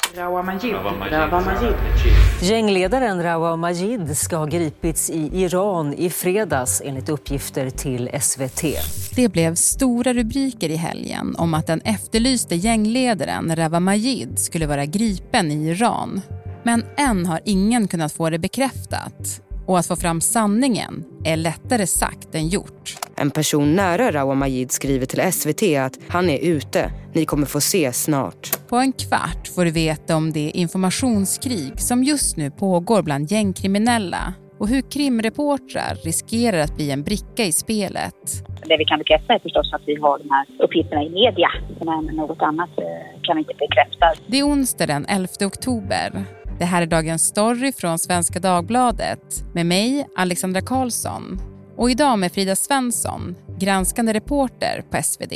Rawa Majid. Gängledaren Rawa Majid ska ha gripits i Iran i fredags enligt uppgifter till SVT. Det blev stora rubriker i helgen om att den efterlyste gängledaren Rawa Majid skulle vara gripen i Iran. Men än har ingen kunnat få det bekräftat. Och att få fram sanningen är lättare sagt än gjort. En person nära Rawa Majid skriver till SVT att han är ute. Ni kommer få se snart. På en kvart får du veta om det informationskrig som just nu pågår bland gängkriminella. Och hur krimreportrar riskerar att bli en bricka i spelet. Det vi kan bekräfta är förstås att vi har de här uppgifterna i media. Men något annat kan vi inte bekräfta. Det är onsdag den 11 oktober. Det här är dagens story från Svenska Dagbladet med mig, Alexandra Karlsson. Och idag med Frida Svensson, granskande reporter på SvD.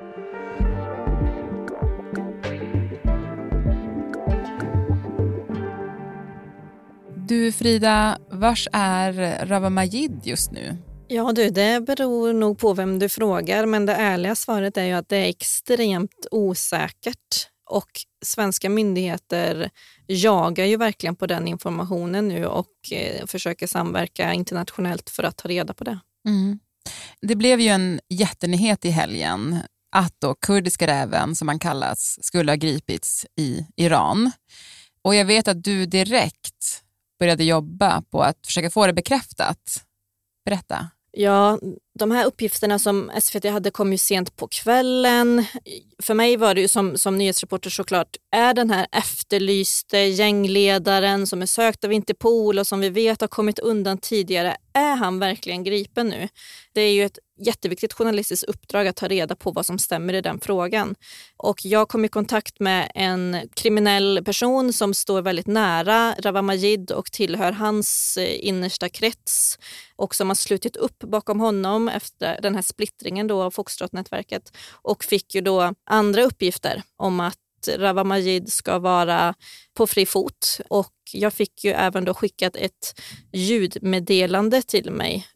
Du Frida, vars är Rawa Majid just nu? Ja du, det beror nog på vem du frågar, men det ärliga svaret är ju att det är extremt osäkert. Och svenska myndigheter jagar ju verkligen på den informationen nu och försöker samverka internationellt för att ta reda på det. Mm. Det blev ju en jättenyhet i helgen att då kurdiska räven, som man kallas, skulle ha gripits i Iran. Och jag vet att du direkt började jobba på att försöka få det bekräftat. Berätta. Ja, de här uppgifterna som SVT hade kom ju sent på kvällen. För mig var det ju som nyhetsreporter såklart, är den här efterlyste gängledaren som är sökt av Interpol och som vi vet har kommit undan tidigare, är han verkligen gripen nu? Det är ju ett jätteviktigt journalistiskt uppdrag att ta reda på vad som stämmer i den frågan. Och jag kom i kontakt med en kriminell person som står väldigt nära Rawa Majid och tillhör hans innersta krets och som har slutit upp bakom honom efter den här splittringen då av Foxtrot-nätverket och fick ju då andra uppgifter om att Rawa Majid ska vara på fri fot och jag fick ju även då skickat ett ljudmeddelande till mig.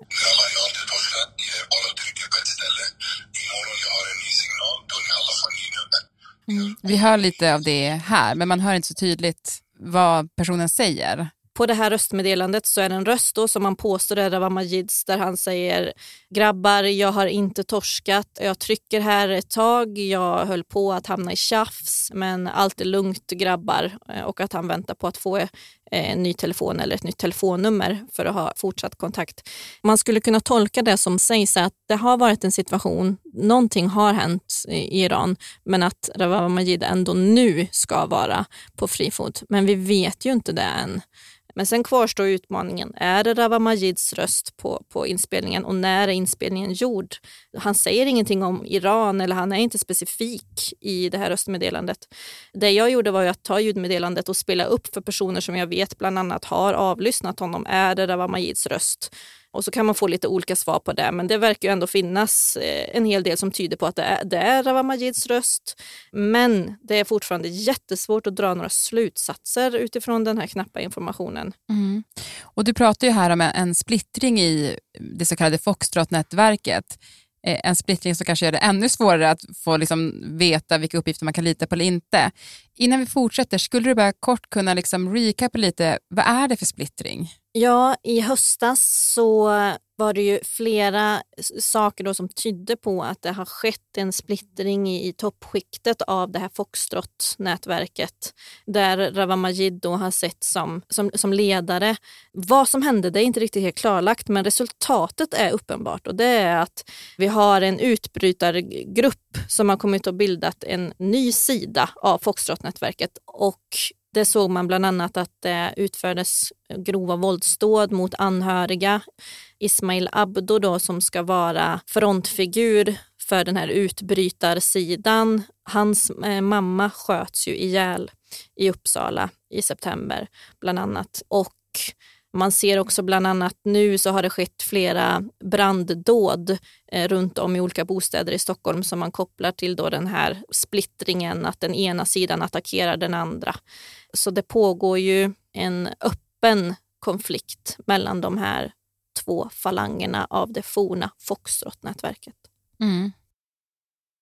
Vi hör lite av det här, men man hör inte så tydligt vad personen säger. På det här röstmeddelandet så är det en röst då som man påstår är Rawa Majids där han säger: grabbar, jag har inte torskat, jag trycker här ett tag, jag höll på att hamna i tjafs, men allt är lugnt grabbar, och att han väntar på att få en ny telefon eller ett nytt telefonnummer för att ha fortsatt kontakt. Man skulle kunna tolka det som sägs att det har varit en situation, någonting har hänt i Iran, men att Rawa Majid ändå nu ska vara på fri fot. Men vi vet ju inte det än. Men sen kvarstår utmaningen. Är det Rawa Majids röst på inspelningen och när är inspelningen gjord? Han säger ingenting om Iran eller han är inte specifik i det här röstmeddelandet. Det jag gjorde var ju att ta ljudmeddelandet och spela upp för personer som jag vet bland annat har avlyssnat honom. Är det Rawa Majids röst? Och så kan man få lite olika svar på det. Men det verkar ju ändå finnas en hel del som tyder på att det är Rawa Majids röst. Men det är fortfarande jättesvårt att dra några slutsatser utifrån den här knappa informationen. Mm. Och du pratar ju här om en splittring i det så kallade Foxtrot-nätverket. En splittring som kanske gör det ännu svårare att få liksom veta vilka uppgifter man kan lita på eller inte. Innan vi fortsätter, skulle du bara kort kunna liksom recapa lite, vad är det för splittring? Ja, i höstas så var det ju flera saker då som tydde på att det har skett en splittring i toppskiktet av det här Foxtrot-nätverket där Rawa Majid då har sett som ledare. Vad som hände, det är inte riktigt helt klarlagt, men resultatet är uppenbart och det är att vi har en utbrytargrupp som har kommit och bildat en ny sida av Foxtrot-nätverket och det såg man bland annat att det utfördes grova våldsdåd mot anhöriga. Ismail Abdo då, som ska vara frontfigur för den här utbrytarsidan. Hans mamma sköts ju ihjäl i Uppsala i september bland annat. Och man ser också bland annat nu så har det skett flera branddåd runt om i olika bostäder i Stockholm som man kopplar till då den här splittringen att den ena sidan attackerar den andra. Så det pågår ju en öppen konflikt mellan de här två falangerna av det forna Foxtrot-nätverket. Mm.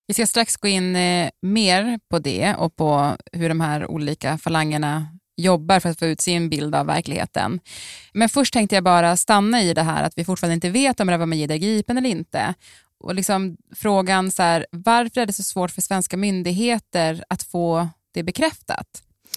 Vi ska strax gå in mer på det och på hur de här olika falangerna jobbar för att få ut sin bild av verkligheten. Men först tänkte jag bara stanna i det här att vi fortfarande inte vet om Rawa Majid är gripen eller inte. Och liksom frågan så här, varför är det så svårt för svenska myndigheter att få det bekräftat?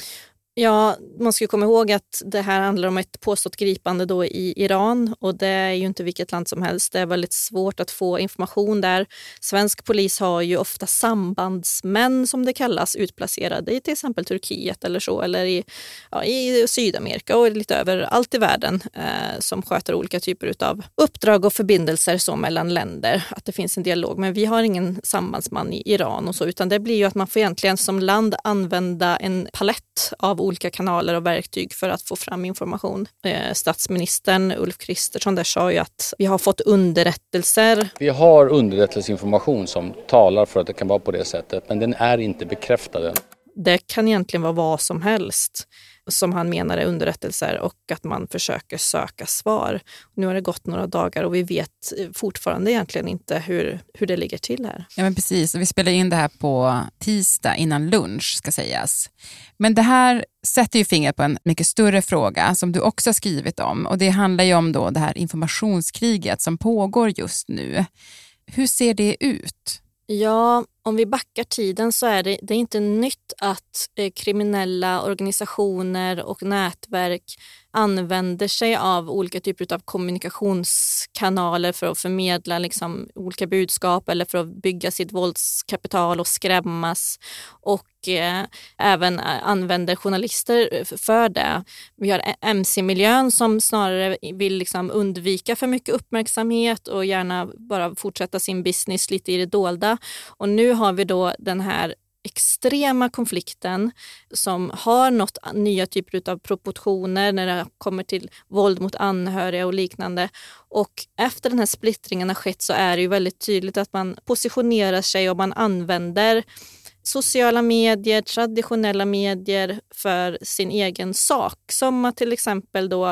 Ja, man ska komma ihåg att det här handlar om ett påstått gripande då i Iran, och det är ju inte vilket land som helst. Det är väldigt svårt att få information där. Svensk polis har ju ofta sambandsmän som det kallas utplacerade i till exempel Turkiet eller så, eller i Sydamerika och lite överallt i världen som sköter olika typer av uppdrag och förbindelser så mellan länder. Att det finns en dialog, men vi har ingen sambandsman i Iran och så, utan det blir ju att man får egentligen som land använda en palett av olika kanaler och verktyg för att få fram information. Statsministern Ulf Kristersson där sa ju att vi har fått underrättelser. Vi har underrättelseinformation som talar för att det kan vara på det sättet, men den är inte bekräftad. Det kan egentligen vara vad som helst som han menar är underrättelser, och att man försöker söka svar. Nu har det gått några dagar och vi vet fortfarande egentligen inte hur det ligger till här. Ja, men precis, och vi spelar in det här på tisdag innan lunch ska sägas. Men det här sätter ju fingret på en mycket större fråga som du också har skrivit om, och det handlar ju om då det här informationskriget som pågår just nu. Hur ser det ut? Ja, om vi backar tiden så är det är inte nytt att kriminella organisationer och nätverk använder sig av olika typer av kommunikationskanaler för att förmedla liksom olika budskap eller för att bygga sitt våldskapital och skrämmas, och även använder journalister för det. Vi har MC-miljön som snarare vill liksom undvika för mycket uppmärksamhet och gärna bara fortsätta sin business lite i det dolda. Och nu har vi då den här extrema konflikten som har nått nya typer av proportioner när det kommer till våld mot anhöriga och liknande. Och efter den här splittringen har skett så är det ju väldigt tydligt att man positionerar sig och man använder sociala medier, traditionella medier för sin egen sak. Som att till exempel då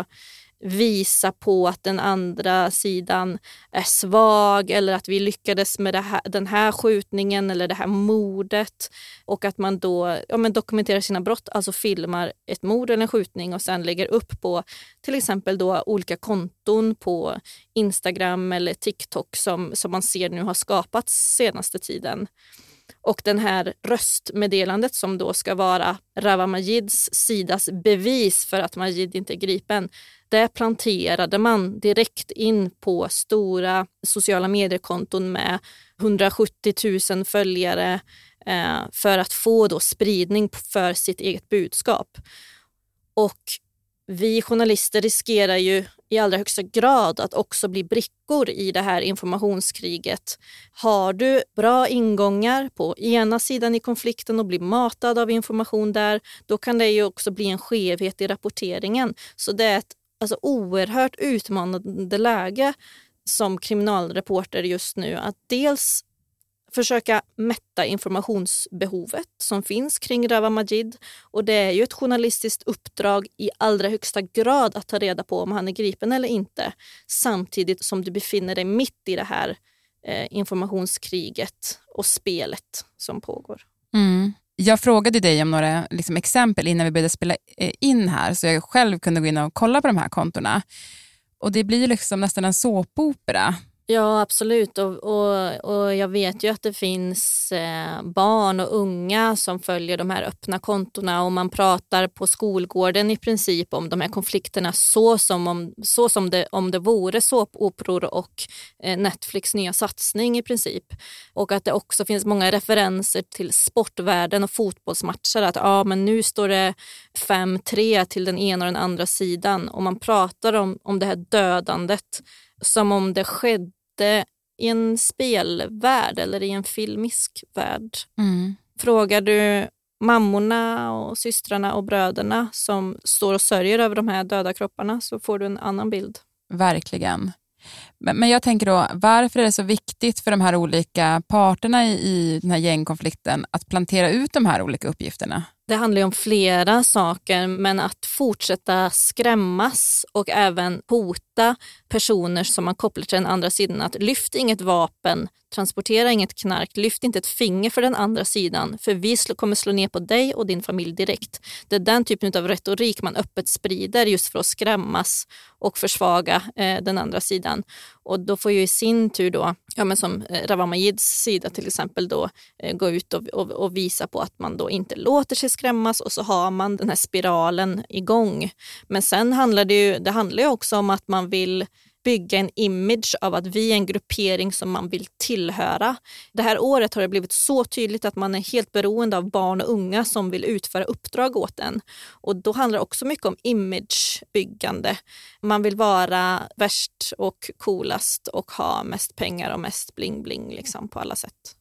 visa på att den andra sidan är svag, eller att vi lyckades med den här skjutningen eller det här mordet, och att man då dokumenterar sina brott, alltså filmar ett mord eller en skjutning och sen lägger upp på till exempel då olika konton på Instagram eller TikTok som man ser nu har skapats senaste tiden. Och den här röstmeddelandet som då ska vara Rawa Majids sidas bevis för att Majid inte är gripen, det planterade man direkt in på stora sociala mediekonton med 170 000 följare för att få då spridning för sitt eget budskap. Och vi journalister riskerar ju i allra högsta grad att också bli brickor i det här informationskriget. Har du bra ingångar på ena sidan i konflikten och blir matad av information där, då kan det ju också bli en skevhet i rapporteringen. Så det är ett oerhört utmanande läge som kriminalreporter just nu, att dels försöka mätta informationsbehovet som finns kring Rawa Majid, och det är ju ett journalistiskt uppdrag i allra högsta grad att ta reda på om han är gripen eller inte, samtidigt som du befinner dig mitt i det här informationskriget och spelet som pågår. Mm. Jag frågade dig om några exempel innan vi började spela in här, så jag själv kunde gå in och kolla på de här kontorna, och det blir nästan en såpopera. Ja, absolut. Och jag vet ju att det finns barn och unga som följer de här öppna kontona, och man pratar på skolgården i princip om de här konflikterna så som det vore såpoperor och Netflix nya satsning i princip. Och att det också finns många referenser till sportvärlden och fotbollsmatcher, att men nu står det 5-3 till den ena och den andra sidan, och man pratar om det här dödandet som om det skedde i en spelvärld eller i en filmisk värld. Mm. Frågar du mammorna och systrarna och bröderna som står och sörjer över de här döda kropparna, så får du en annan bild. Verkligen. Men jag tänker då, varför är det så viktigt för de här olika parterna i den här gängkonflikten att plantera ut de här olika uppgifterna? Det handlar ju om flera saker, men att fortsätta skrämmas och även hota personer som man kopplar till den andra sidan. Att lyft inget vapen, transportera inget knark, lyft inte ett finger för den andra sidan, för vi kommer slå ner på dig och din familj direkt. Det är den typen av retorik man öppet sprider just för att skrämmas och försvaga den andra sidan. Och då får ju i sin tur då, som Rawa Majids sida till exempel då, gå ut och visa på att man då inte låter sig skrämmas, och så har man den här spiralen igång. Men sen handlar det handlar ju också om att man vill bygga en image av att vi är en gruppering som man vill tillhöra. Det här året har det blivit så tydligt att man är helt beroende av barn och unga som vill utföra uppdrag åt en. Och då handlar det också mycket om imagebyggande. Man vill vara värst och coolast och ha mest pengar och mest bling-bling liksom på alla sätt.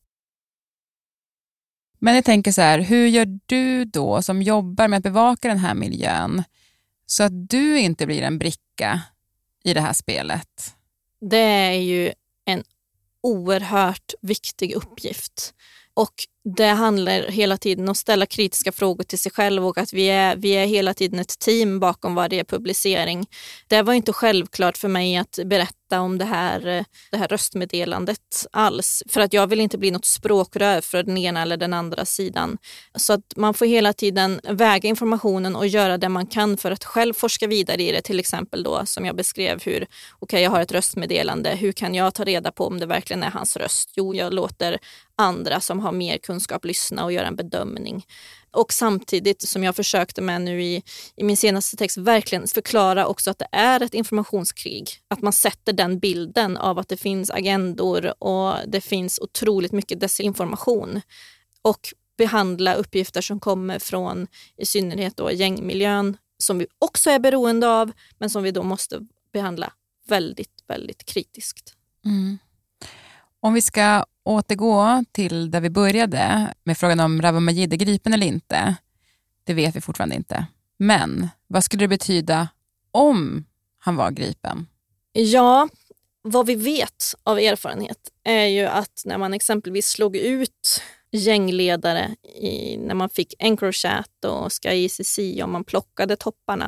Men jag tänker så här, hur gör du då som jobbar med att bevaka den här miljön så att du inte blir en bricka i det här spelet? Det är ju en oerhört viktig uppgift. Och det handlar hela tiden om att ställa kritiska frågor till sig själv, och att vi är hela tiden ett team bakom varje publicering. Det var inte självklart för mig att berätta om det här röstmeddelandet alls. För att jag vill inte bli något språkrör för den ena eller den andra sidan. Så att man får hela tiden väga informationen och göra det man kan för att själv forska vidare i det. Till exempel då som jag beskrev jag har ett röstmeddelande. Hur kan jag ta reda på om det verkligen är hans röst? Jo, jag låter andra som har mer kunskap lyssna och göra en bedömning. Och samtidigt som jag försökte med nu i min senaste text verkligen förklara också att det är ett informationskrig. Att man sätter den bilden av att det finns agendor och det finns otroligt mycket desinformation. Och behandla uppgifter som kommer från i synnerhet då gängmiljön som vi också är beroende av, men som vi då måste behandla väldigt, väldigt kritiskt. Mm. Om vi ska återgå till där vi började med frågan om Rawa Majid är gripen eller inte, det vet vi fortfarande inte. Men vad skulle det betyda om han var gripen? Ja, vad vi vet av erfarenhet är ju att när man exempelvis slog ut gängledare när man fick Encrochat och Sky ECC och man plockade topparna,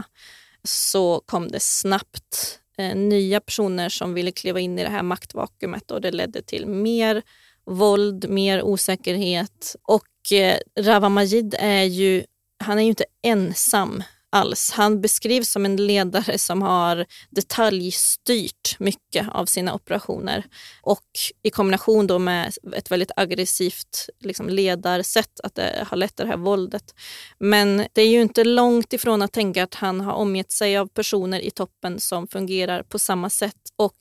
så kom det snabbt nya personer som ville kliva in i det här maktvakuumet, och det ledde till mer våld, mer osäkerhet. Och Rawa Majid är ju inte ensam alls. Han beskrivs som en ledare som har detaljstyrt mycket av sina operationer, och i kombination då med ett väldigt aggressivt ledarsätt att det har lett till det här våldet. Men det är ju inte långt ifrån att tänka att han har omgett sig av personer i toppen som fungerar på samma sätt, och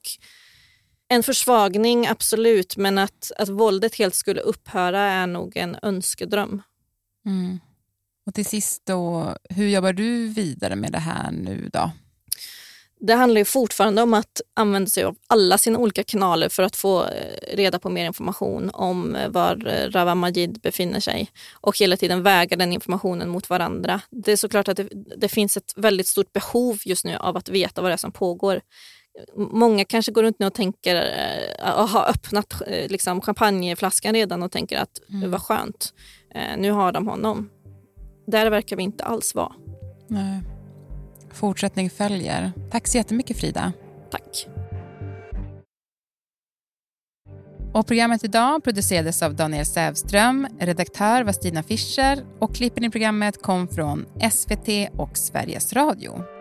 en försvagning absolut, men att våldet helt skulle upphöra är nog en önskedröm. Mm. Och till sist då, hur jobbar du vidare med det här nu då? Det handlar ju fortfarande om att använda sig av alla sina olika kanaler för att få reda på mer information om var Rawa Majid befinner sig, och hela tiden väga den informationen mot varandra. Det är såklart att det finns ett väldigt stort behov just nu av att veta vad det är som pågår. Många kanske går runt nu och tänker och har öppnat champagneflaskan redan och tänker att det var skönt, nu har de honom. Där verkar vi inte alls vara. Nej. Fortsättning följer. Tack så jättemycket, Frida. Tack. Och programmet idag producerades av Daniel Sävström, redaktör var Stina Fischer, och klippen i programmet kom från SVT och Sveriges Radio.